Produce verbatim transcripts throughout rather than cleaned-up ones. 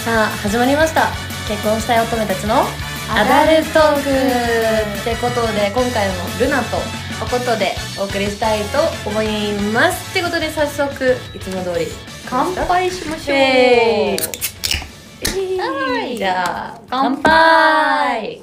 さあ始まりました。結婚したい乙女たちのアダルトークってことで、今回もルナとおことでお送りしたいと思いますってことで、早速いつも通り乾杯しましょう。 えー、 はい、 じゃあ乾杯。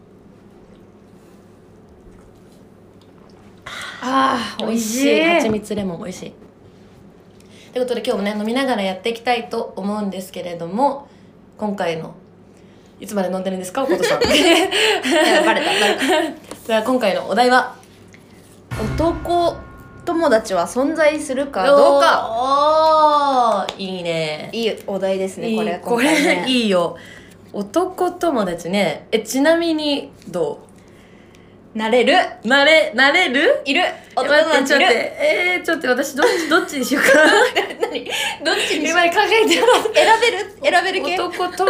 あー、 美味しい。蜂蜜レモン美味しいということで、今日もね飲みながらやっていきたいと思うんですけれども、今回のいつまで飲んでるんですかおことさん。いやバレたバレた。 じゃあ今回のお題は、 男友達は存在するかどうか。 おー、いいね。 いいお題ですね。 いいこれこれ、ね、いいよ。男友達ね。え、ちなみにどうなれるなれなれるいる男待友達いる。 ってちょっと待ってえー、ちょっと私どっちどっちにしようかな。 何どっちにし今考えてる。 選べる選べる系。 男友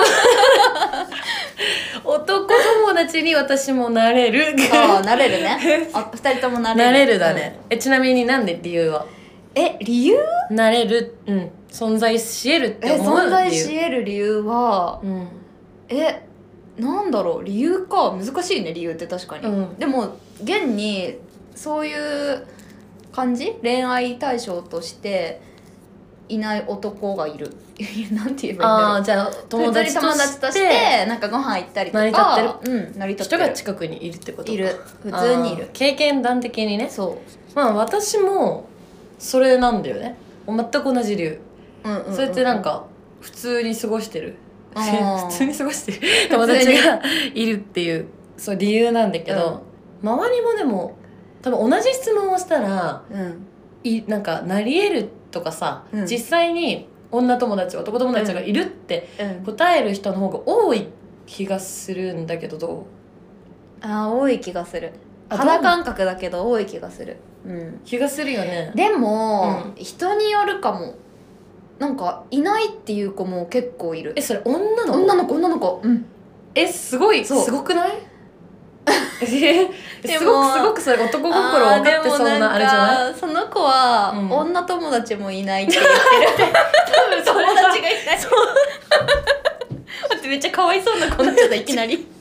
男友達に私もなれる。 ああ、なれるね。あ、二人ともなれる。 なれるだね、うん、えちなみになんで理由は？ え、理由？ なれる、うん、存在し得るって思う理由。 え、存在し得る理由は、 うん、 え、なんだろう、理由か。難しいね、理由って確かに、 うん、 でも現にそういう感じ、恋愛対象としていない男がいる。なんて言えばいいんだろう。 ああ、じゃあ友達として友達としてなんかご飯行ったりとか成り立ってる、うん、成り立ってる人が近くにいるってことか。 いる、普通にいる。 経験談的にね。 そう、 まあ私もそれなんだよね。全く同じ理由、 うんうんうんうん、 それってなんか普通に過ごしてる普普通に過ごしてる友達がいるっていうそう理由なんだけど、うん、周りもでも多分同じ質問をしたら、うん、いなんかなり得るとかさ、うん、実際に女友達男友達がいるって答える人の方が多い気がするんだけど、どう？ ああ、多い気がする。肌感覚だけど多い気がする、 うん、気がするよね。 でも、うん、人によるかも。なんかいないっていう子も結構いる。 え、それ女の子？ 女の子女の子、うん、 え、すごい、すごくない？えすごくすごくそれ男心分かってそうなあれじゃない？ その子は、うん、女友達もいないって言ってる。多分友達がいない。そう待って、めっちゃかわいそうな子になっちゃったいきなり。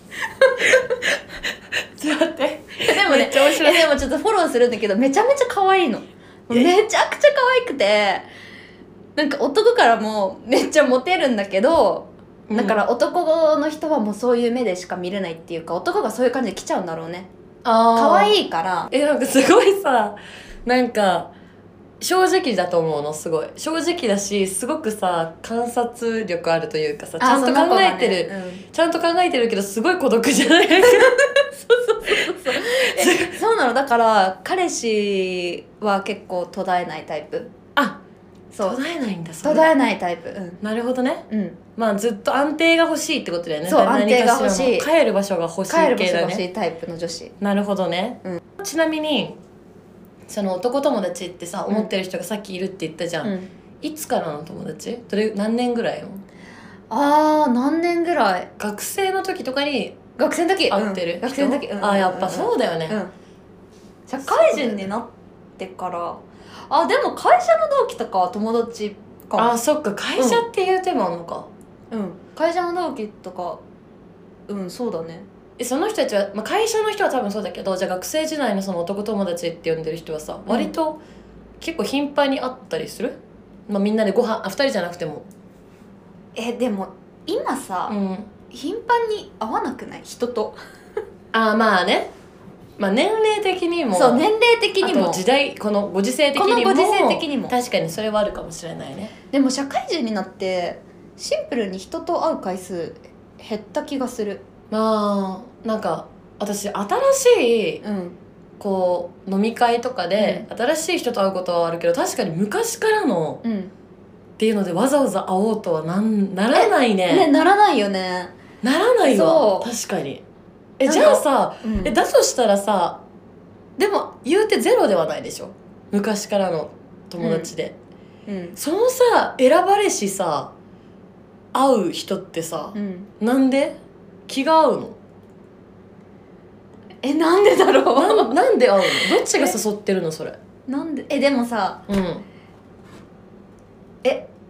ちょっと待って。でもね、えでもちょっとフォローするんだけど、めちゃめちゃ可愛いの。めちゃくちゃ可愛くて、なんか男からもめっちゃモテるんだけど、だから男の人はもうそういう目でしか見れないっていうか、男がそういう感じで来ちゃうんだろうね。あ、可愛いから。 え、なんかすごいさ、なんか正直だと思うの。すごい正直だし、すごくさ観察力あるというかさ、ちゃんと考えてる、ね、うん、ちゃんと考えてるけどすごい孤独じゃない？そうそうそうそうえそうなの。だから彼氏は結構途絶えないタイプ。あ、 そう、途絶えないんだ。 途絶えないタイプ、うん、 なるほどね、うん、まあずっと安定が欲しいってことだよね。 そう、安定が欲しい、 帰る場所が欲しい系だね。 帰る場所が欲しいタイプの女子。 なるほどね、うん、ちなみにその男友達ってさ、思ってる人がさっきいるって言ったじゃん、うん、いつからの友達？どれ何年ぐらいの？ あー、何年ぐらい？ 学生の時とかに学生の時会ってる、うん、 学生の時、うん、 あ、やっぱそうだよね、うん、 社会人になってから。あ、でも会社の同期とかは友達かも。 あ、そっか、会社っていう手もあるのか。 うん、うん、会社の同期とか、うん、そうだね。 え、その人たちは、まあ、会社の人は多分そうだけど、じゃあ学生時代のその男友達って呼んでる人はさ、うん、割と結構頻繁に会ったりする？まあ、みんなでご飯、あ、ふたりじゃなくても。 え、でも今さ、うん、頻繁に会わなくない？人と。 あ、まあね、まあ、年齢的にも、 そう、年齢的にも、 あと時代、このご時世的にも、 このご時世的にも確かにそれはあるかもしれないね。 でも社会人になってシンプルに人と会う回数減った気がする。 まあなんか私新しい、うん、こう飲み会とかで、うん、新しい人と会うことはあるけど、確かに昔からの、うん、っていうのでわざわざ会おうとはなんならないね。 ね、ならないよね。 ならないわ、確かに。え、じゃあさ、うん、えだとしたらさ、でも言うてゼロではないでしょ、昔からの友達で、うんうん、そのさ選ばれしさ会う人ってさ、うん、なんで気が合うの？ え、なんでだろう。 な, なんで会うの？どっちが誘ってるのそれ？ なんで？え、でもさ、うん、え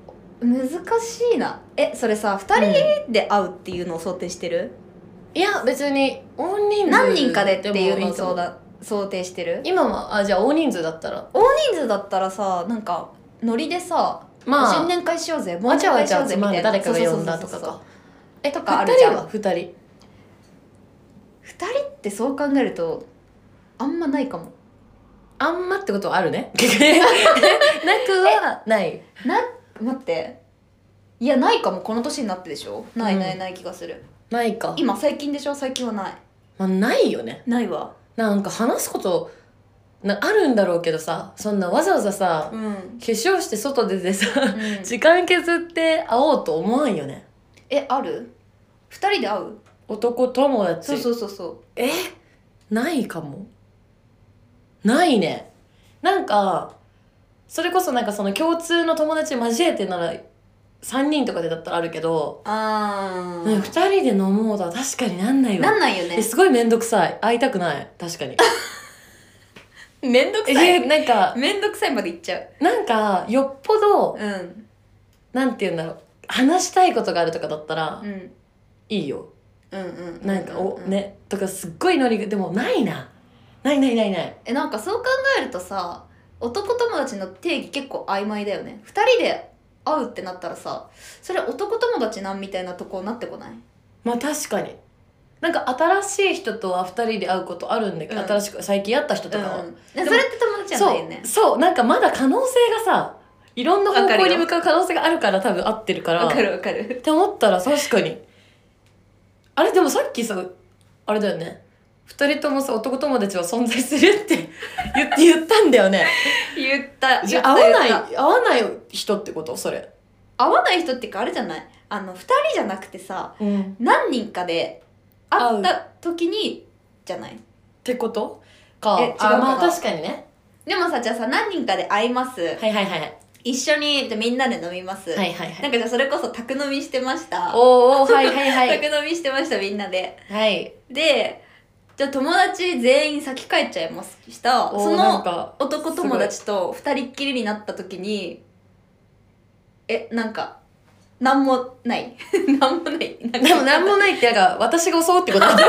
難しいな。えそれさふたりで会うっていうのを想定してる？ いや別に大人数何人かでっていうのをでもいいと思うそうだ想定してる？ 今はあじゃあ大人数だったら大人数だったらさなんかノリでさ、 まあ新年会しようぜ、 わちゃわち忘年会しようゃ集まるぜみたいな、 誰かが呼んだとそうそうそうそうかかえとかあるじゃん。 ふたりはふたりふたりってそう考えるとあんまないかも。 あんまってことはあるねなくはないな待っていやないかも。この年になってでしょ。ないないない気がする、 ないか今最近でしょ。最近はない。 まあ、ないよね。 ないわ。 なんか話すことなあるんだろうけどさそんなわざわざさ、 うん、 化粧して外出てさ、 うん、 時間削って会おうと思わんよね。 えある？ふたりで会う？ 男友達そうそうそうそうえないかも。ないね。なんかそれこそなんかその共通の友達交えてならさんにんとかでだったらあるけど、 あね、ふたりで飲もうとは確かになんないわ。 なんないよね。 すごいめんどくさい。会いたくない確かにめんどくさえいなんかめんどくさいまで言っちゃう。 なんかよっぽどうんなんて言うんだろう話したいことがあるとかだったらうんいいよ。 うんうんなんかおうんねとかすっごいノリがでもないなないないないないえなんかそう考えるとさ男友達の定義結構曖昧だよね。ふたりで会うってなったらさそれ男友達なんみたいなとこになってこない？ まあ確かになんか新しい人とはふたりで会うことあるんだけど、 うん新しく最近会った人とかは、 うん、それって友達じゃないよね。 そうそうなんかまだ可能性がさいろんな方向に向かう可能性があるから多分合ってるからわかるわかるって思ったら確かにあれでもさっきさあれだよねふたりともさ男友達は存在するって言って言ったんだよね言ったじゃ言ったあ会わない言った会わない人ってことそれ、 会わない人っていうかあれじゃないあのふたりじゃなくてさうん、 何人かで会った時にじゃない？ ってことかえ違うあまあかな確かにねでもさじゃあさ何人かで会います、 はいはいはいはい一緒にじゃあみんなで飲みます、 はいはいはいなんかじゃあそれこそ宅飲みしてましたおーおーはいはいはい宅飲みしてましたみんなではいでじゃあ友達全員先帰っちゃいましたおーそのなんか男友達と二人っきりになった時にえなんかなんもないなんもないなんかでもなんもないってなんか私が襲うってことだ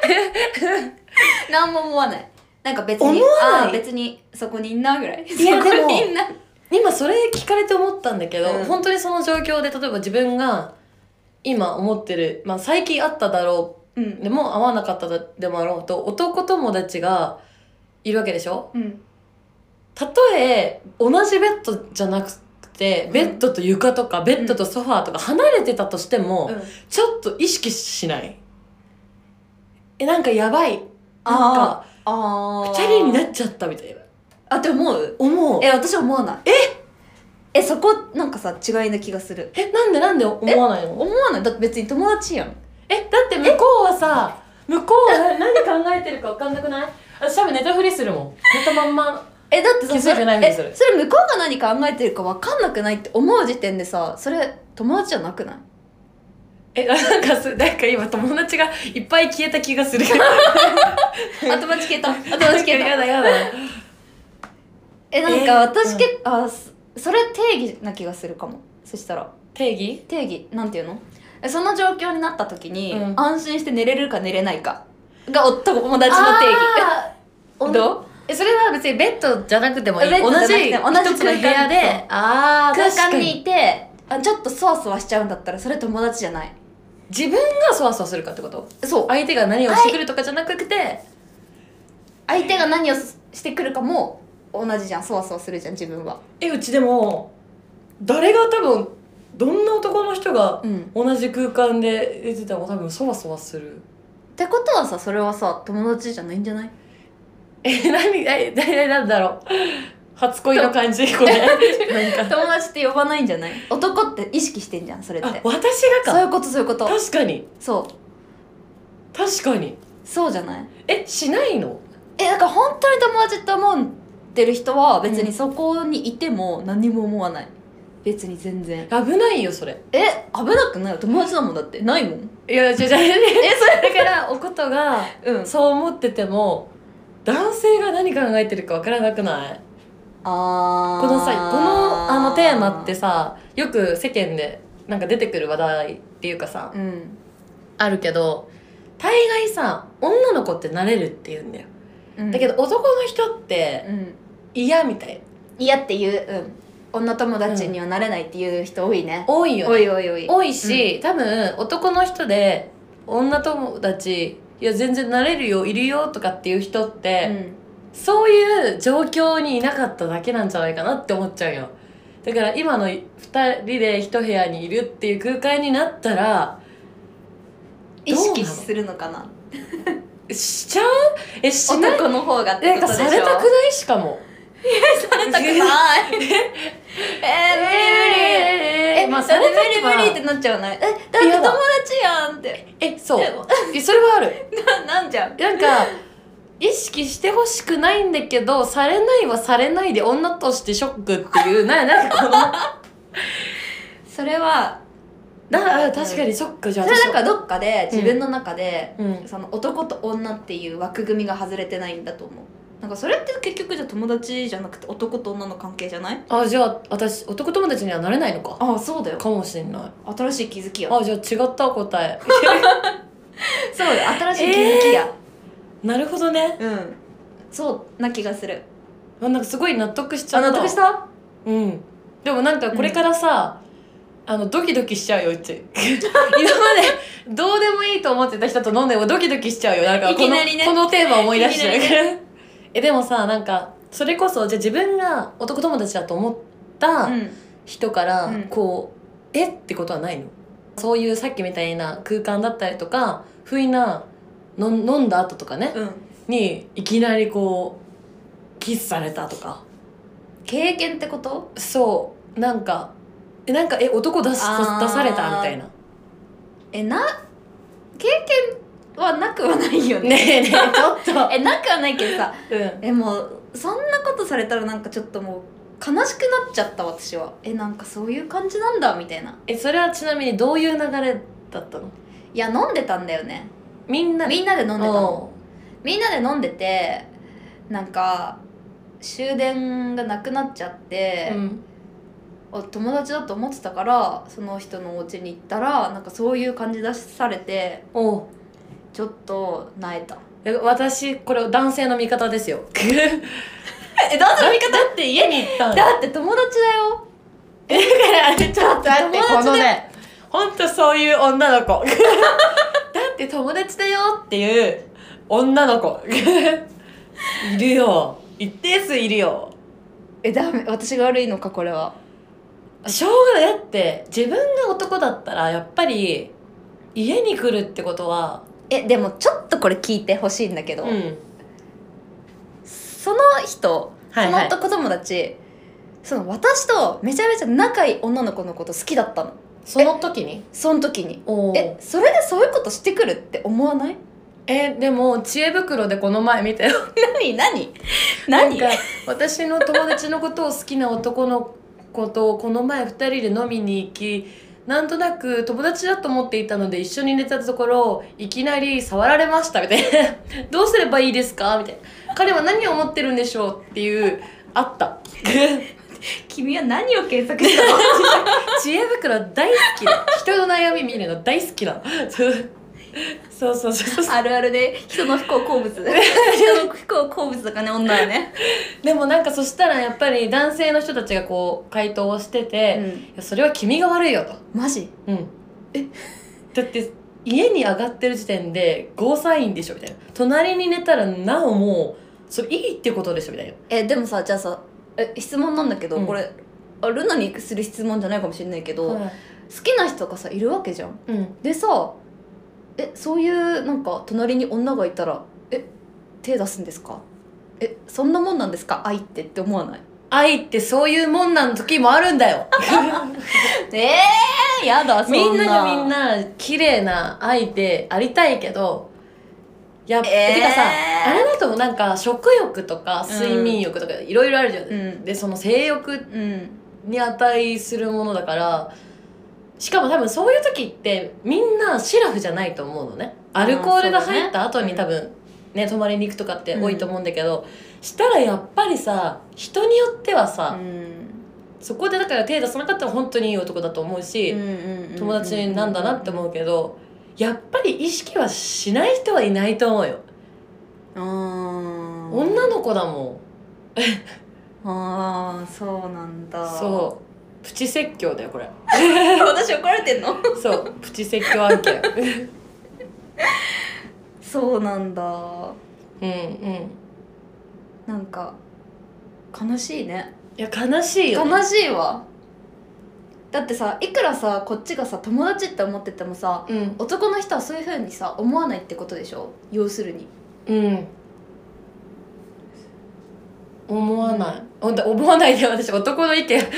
なんも思わないなんか別に思わないあー別にそこにいんなぐらいいやそこでもにいんな今それ聞かれて思ったんだけど、 うん本当にその状況で例えば自分が今思ってる、まあ、最近あっただろううんでも会わなかったでもあろうと男友達がいるわけでしょ。 うんたとえ同じベッドじゃなくてベッドと床とかベッドとソファーとか離れてたとしても、 うんちょっと意識しないえなんかやばいなんかああ二人になっちゃったみたいなあって思う思うえ私思わないええそこなんかさ違いな気がするえなんでなんで思わないの思わないだって別に友達やんえだって向こうはさ向こうは何考えてるか分かんなくない私多分ネタフリするもん寝たまんまえだってさ気づいてないふりするえそれ向こうが何考えてるか分かんなくないって思う時点でさそれ友達じゃなくないえなんかすなんか今友達がいっぱい消えた気がするあ友達消えたあ友達消えたやだやだえなんか私け、うん、あそそれ定義な気がするかもそしたら定義定義なんていうのえその状況になった時に、 うん安心して寝れるか寝れないかがお友達の定義どうえそれは別にベッドじゃなくてもいいベッドじゃなくて同じも同じ一つの部屋空間であー空確か間にいてあちょっとそわそわしちゃうんだったらそれ友達じゃない自分がそわそわするかってことそう相手が何をしてくるとかじゃなくて、 相手が何をしてくるかも同じじゃんそわそわするじゃん自分はえうちでも誰が多分どんな男の人がうん同じ空間で出てても多分そわそわするってことはさそれはさ友達じゃないんじゃないえ何え誰なんだろう初恋の感じこれなんか友達って呼ばないんじゃない男って意識してんじゃんそれってあ私がかそういうことそういうこと確かにそう確かにそうじゃないえしないのえだから本当に友達って思ってる人は別にそこにいても何も思わない、別に全然危ないよそれえ危なくないよ友達だもんだってないもんいやじゃじゃえそれだからおことがうんそう思ってても男性が何考えてるかわからなくないあーこのさこのあのテーマってさよく世間でなんか出てくる話題っていうかさ、 うん、 あるけど大概さ女の子ってなれるって言うんだよ、うん、だけど男の人って嫌みたい、 嫌っていう、うん、女友達にはなれないっていう人多いね、 うん、多いよね、 多い多い多い多いし、うん、多分男の人で女友達いや全然なれるよいるよとかっていう人って、うん、そういう状況にいなかっただけなんじゃないかなって思っちゃうよ。だから今のふたりで一部屋にいるっていう空間になったら意識するのかなしちゃうえしない男の方がってことでしょ。 されたくないしかもされたくないえー、無理無理えー、まあ、されたくない無理無理ってなっちゃうないえだって友達やんってえそうえそれはあるな, なんじゃんなんか意識してほしくないんだけどされないはされないで女としてショックっていうななんかこのそれはだ確かにそっかじゃあそれなんかどっかで自分の中で、 うん、 その男と女っていう枠組みが外れてないんだと思う。なんかそれって結局じゃあ友達じゃなくて男と女の関係じゃない？ あじゃあ私男友達にはなれないのか。 あそうだよかもしれない。 新しい気づきや。 あじゃあ違った答えそうだよ新しい気づきや、 えー、なるほどね。 うんそうな気がする。 あなんかすごい納得しちゃった。 あ納得した？ うんでもなんかこれからさ、うん、あのドキドキしちゃうようち今までどうでもいいと思ってた人と飲んでもドキドキしちゃうよ。なんかこの、いきなりね、このテーマ思い出しちゃうからえでもさなんかそれこそじゃあ自分が男友達だと思った人からこう、うん、えってことはないの？そういうさっきみたいな空間だったりとか不意なの飲んだ後とかね、うん、にいきなりこうキスされたとか経験ってこと？ そうなんかえなんかえ男出し出されたみたいなえな経験はなくはないよね。 ねえねえちょっとえなくはないけどさ、うん、えもうそんなことされたらなんかちょっともう悲しくなっちゃった私は。えなんかそういう感じなんだみたいな。 えそれはちなみにどういう流れだったの？ いや飲んでたんだよね。 みんなみんなで飲んでたの。みんなで飲んでてなんか終電がなくなっちゃって、うん、友達だと思ってたからその人のお家に行ったらなんかそういう感じ出されておちょっと萎えた。 私これ男性の味方ですよえ男性の味方だって家に行ったんだって友達だよ。 だからちょっと待ってこのねほんとそういう女の子だって友達だよっていう女の子いるよ一定数いるよ。 えダメ私が悪いのかこれは。 しょうがない。だって自分が男だったらやっぱり家に来るってことはえでもちょっとこれ聞いてほしいんだけど、うん、その人、はいはい、その男友達その私とめちゃめちゃ仲いい女の子のこと好きだったの。 その時にその時にえそれでそういうことしてくるって思わない？ えでも知恵袋でこの前見たよ何何何なんか私の友達のことを好きな男の子とこの前ふたりで飲みに行きなんとなく友達だと思っていたので一緒に寝たところいきなり触られましたみたいなどうすればいいですかみたいな彼は何を思ってるんでしょうっていうあった君は何を検索したの知恵袋大好きだ人の悩み見るの大好きだそうそうそうそうあるあるで人の不幸好物人の不幸好物だからね女はねでもなんかそしたらやっぱり男性の人たちがこう回答をしてて、うん、いやそれは君が悪いよと。 マジ？ うんえだって家に上がってる時点でゴーサインでしょみたいな隣に寝たらなおもうそれいいってことでしょみたいな。 えでもさじゃあさえ質問なんだけど、うん、これあルナにする質問じゃないかもしれないけど、はい、好きな人がさいるわけじゃん、うん、でさえそういうなんか隣に女がいたらえ手出すんですか？えそんなもんなんですか愛ってって思わない？ 愛ってそういうもんなん時もあるんだよえーやだそんなみんながみんな綺麗な愛でありたいけどやっぱ、えー、てかさあれだとなんか食欲とか睡眠欲とかいろいろあるじゃん、うん、でその性欲に値するものだから、しかも多分そういう時ってみんなシラフじゃないと思うのね。アルコールが入った後に多分ね泊まりに行くとかって多いと思うんだけど、うん、したらやっぱりさ人によってはさ、うん、 そこでだから手出さなかったら本当にいい男だと思うし、友達なんだなって思うけど、やっぱり意識はしない人はいないと思うよ。あ女の子だもんああそうなんだ。 そうプチ説教だよこれ私怒られてんのそうプチ説教案件そうなんだ。 うんうんなんか悲しいね。 いや悲しいよ、ね、 悲しいわ。だってさいくらさこっちがさ友達って思っててもさ、うん、男の人はそういう風にさ思わないってことでしょ、要するに。うん思わない、うん、思わないで私男の意見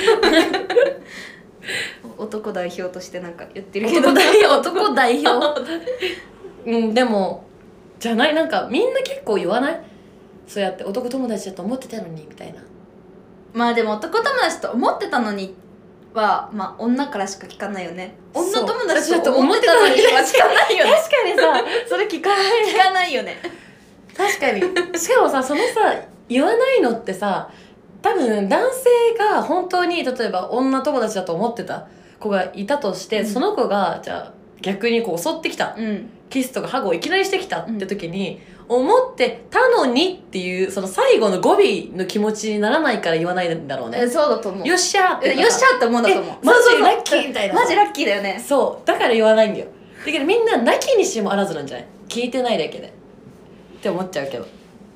男代表としてなんか言ってるけど男代表うんでもじゃない、なんかみんな結構言わない？そうやって男友達だと思ってたのにみたいな。 まあでも男友達と思ってたのにはまあ女からしか聞かないよね。女友達だと思ってたのには聞かないよね確かにさそれ聞かない聞かないよね確かに。しかもさそのさ言わないのってさ、多分男性が本当に例えば女友達だと思ってた子がいたとして、うん、その子がじゃあ逆にこう襲ってきた、うん、キスとかハグをいきなりしてきたって時に、うん、思ってたのにっていうその最後の語尾の気持ちにならないから言わないんだろうね。 えそうだと思う。 よっしゃーってよっしゃーって思うんだと思う。 マジラッキーみたいな。 マジラッキーだよね。 そうだから言わないんだよ。だけどみんななきにしもあらずなんじゃない？聞いてないだけでって思っちゃうけど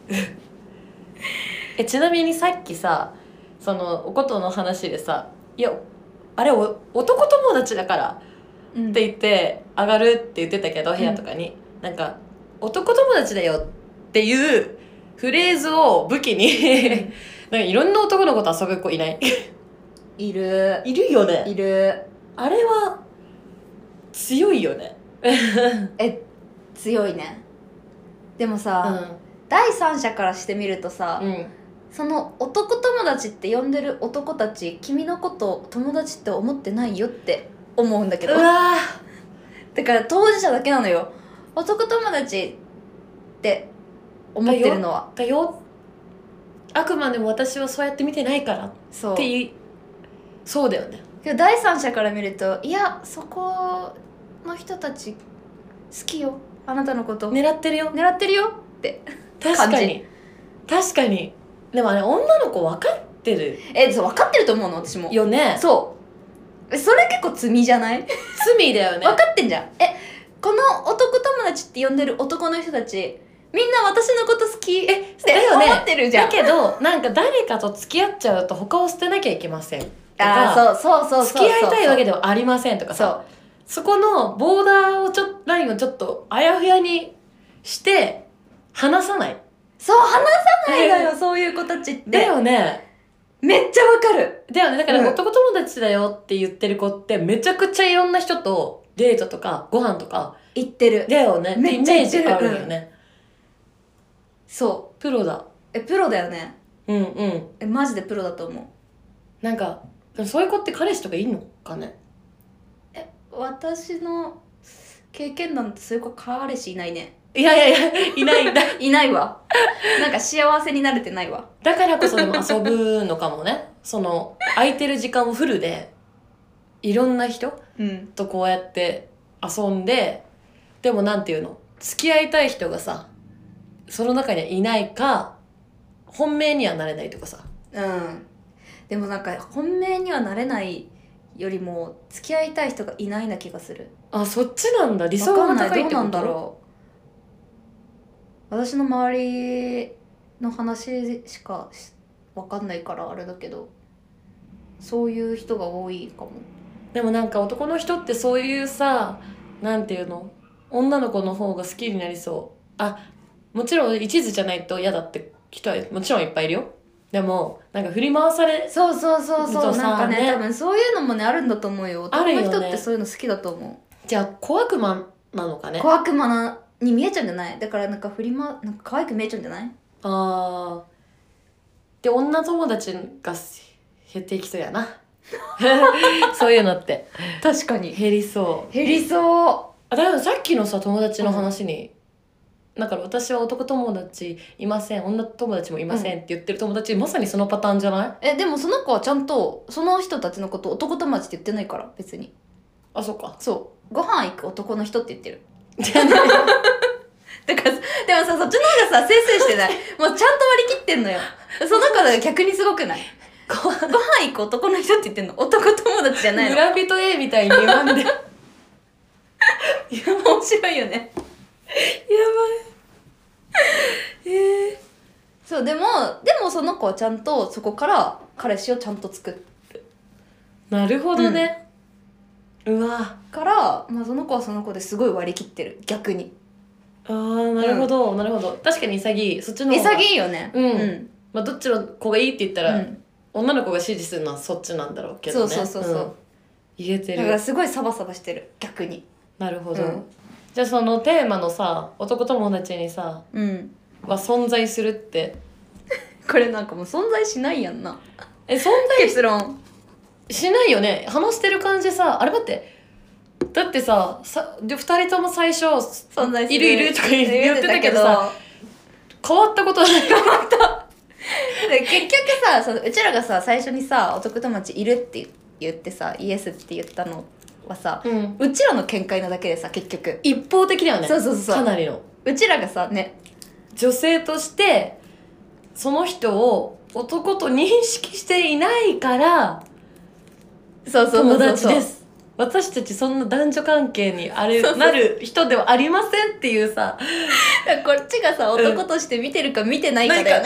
えちなみにさっきさそのおことの話でさ、いやあれお男友達だからって言って上がるって言ってたけど、うん、部屋とかになんか男友達だよっていうフレーズを武器になんかいろんな男の子と遊ぶ子いないいるいるよね。 いる。 あれは強いよねえ強いね。でもさ、うん、第三者からしてみるとさ、うん、その男友達って呼んでる男たち君のこと友達って思ってないよって思うんだけど。うわだから当事者だけなのよ、男友達って思ってるのは。 だよ、だよあくまでも私はそうやって見てないからっていう。そうだよね。 けど第三者から見るといやそこの人たち好きよあなたのこと狙ってるよ狙ってるよって確かに確かに。でもあれ女の子分かってる。 えそう分かってると思うの私もよね。 そうそれ結構罪じゃない？ 罪だよね。 分かってんじゃん。えこの男友達って呼んでる男の人たちみんな私のこと好きえって思ってるじゃん。 だけどなんか誰かと付き合っちゃうと他を捨てなきゃいけませんとか、あそうそうそうそう付き合いたいわけではありませんとかさ、そこのボーダーをちょっとラインをちょっとあやふやにして離さない。 そう離さないのよ、えー、そういう子たちって。 だよね。 めっちゃわかる。 だよね。だから男友達だよって言ってる子ってめちゃくちゃいろんな人とデートとかご飯とか行ってる。 だよね。 めっちゃ行ってる。 イメージあるよね、うん、 そうプロだ。 えプロだよね。 うんうんえマジでプロだと思う。 なんかそういう子って彼氏とかいんのかね。 え私の経験なんてそういう子彼氏いないね。 いやいやいやいないんだいないわなんか幸せになれてないわ。 だからこそでも遊ぶのかもねその空いてる時間をフルでいろんな人とこうやって遊んで、うん、でもなんていうの付き合いたい人がさその中にはいないか本命にはなれないとかさ。 うんでもなんか本命にはなれないよりも付き合いたい人がいないな気がする。 あそっちなんだ。理想が高いってこと。 どうなんだろう。私の周りの話しか分かんないからあれだけどそういう人が多いかも。 でもなんか男の人ってそういうさなんていうの女の子の方が好きになりそう。あもちろん一途じゃないと嫌だって人はもちろんいっぱいいるよ。でもなんか振り回されそうそうそうそうなんかね多分そういうのもねあるんだと思うよ。男の人ってそういうの好きだと思う。 じゃあ小悪魔なのかね。 小悪魔なに見えちゃうんじゃない？だからなんか振りまなんか可愛く見えちゃうんじゃない？ あーで女友達が減っていきそうやなそういうのって確かに減りそう減りそう。 あだからさっきのさ友達の話にだから私は男友達いません、女友達もいませんって言ってる友達、まさにそのパターンじゃない？ えでもその子はちゃんとその人たちのことを男友達って言ってないから別に。 あ、そうか。 そうご飯行く男の人って言ってるだからでもさ、そっちの方がさせいせいしてないもうちゃんと割り切ってんのよ。その子が逆にすごくない？ご飯行く男の人って言ってんの男友達じゃないの。 村人 A みたいに言わんでいや面白いよね。 やばい。えー、 そうでもでもその子はちゃんとそこから彼氏をちゃんと作る。 なるほどね、うん、うわから、まあ、その子はその子ですごい割り切ってる逆に。 あーなるほど、うん、なるほど。確かに潔い。そっちの方が潔いよね。 うん、うん、まあどっちの子がいいって言ったら、うん、女の子が支持するのはそっちなんだろうけどね。 そうそうそうそう、うん、 言えてる。 だからすごいサバサバしてる逆に。 なるほど、うん、じゃあそのテーマのさ男友達にさ、うん、は存在するってこれなんかもう存在しないやんな。 え存在結論しないよね。話してる感じさ、あれ待ってだってささふたりとも最初存在するいるいるとか言ってたけどさ変わったことない。変わったで結局さそのうちらがさ最初にさ男友達いるって言ってさイエスって言ったのはさ、うん、うちらの見解なだけでさ結局一方的だよね。 そうそうそうかなりのうちらがさね女性としてその人を男と認識していないからそうそう友達です。私たちそんな男女関係にあれそうそうなる人ではありませんっていうさこっちがさ男として見てるか見てないかだよね、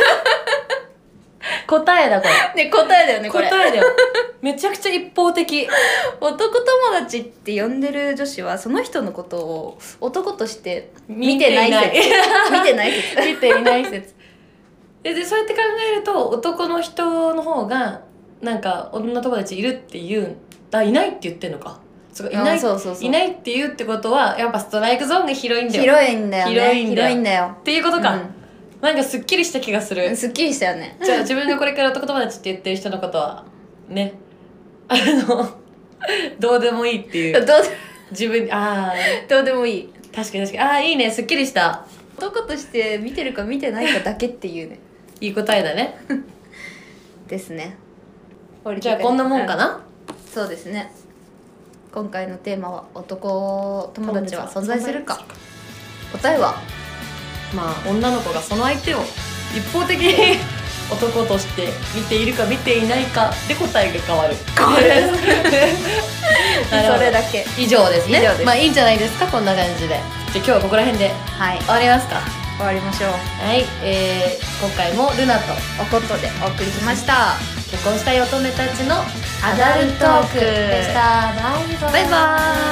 うん、答えだこれね答えだよねこれ答えだよめちゃくちゃ一方的。 男友達って呼んでる女子はその人のことを男として見てない説見てない説見ていない説で, でそうやって考えると男の人の方がなんか女友達いるって言うんだいないって言ってんのか。そういないそうそうそういないって言うってことはやっぱストライクゾーンが広いんだよ。 広いんだよね。 広いんだよ。 広いんだよっていうことか、うん、なんかすっきりした気がする。 すっきりしたよね。 じゃあ自分がこれから男友達って言ってる人のことはねあのどうでもいいっていうどう自分ああどうでもいい。 確かに確かにああいいねすっきりした。 男として見てるか見てないかだけっていうねいい答えだねですね。 じゃあこんなもんかな。 そうですね。今回のテーマは男友達は存在するか。答えはまあ女の子がその相手を一方的に男として見ているか見ていないかで答えが変わる変わるそれだけ。 以上ですね。 以上です。 まあいいんじゃないですかこんな感じで。じゃあ今日はここら辺ではい終わりますか。 終わりましょう。 はい、えー、今回もルナとおことでお送りしました。 結婚したい乙女たちのアダルトークでした。 バイバイ。バイバイ。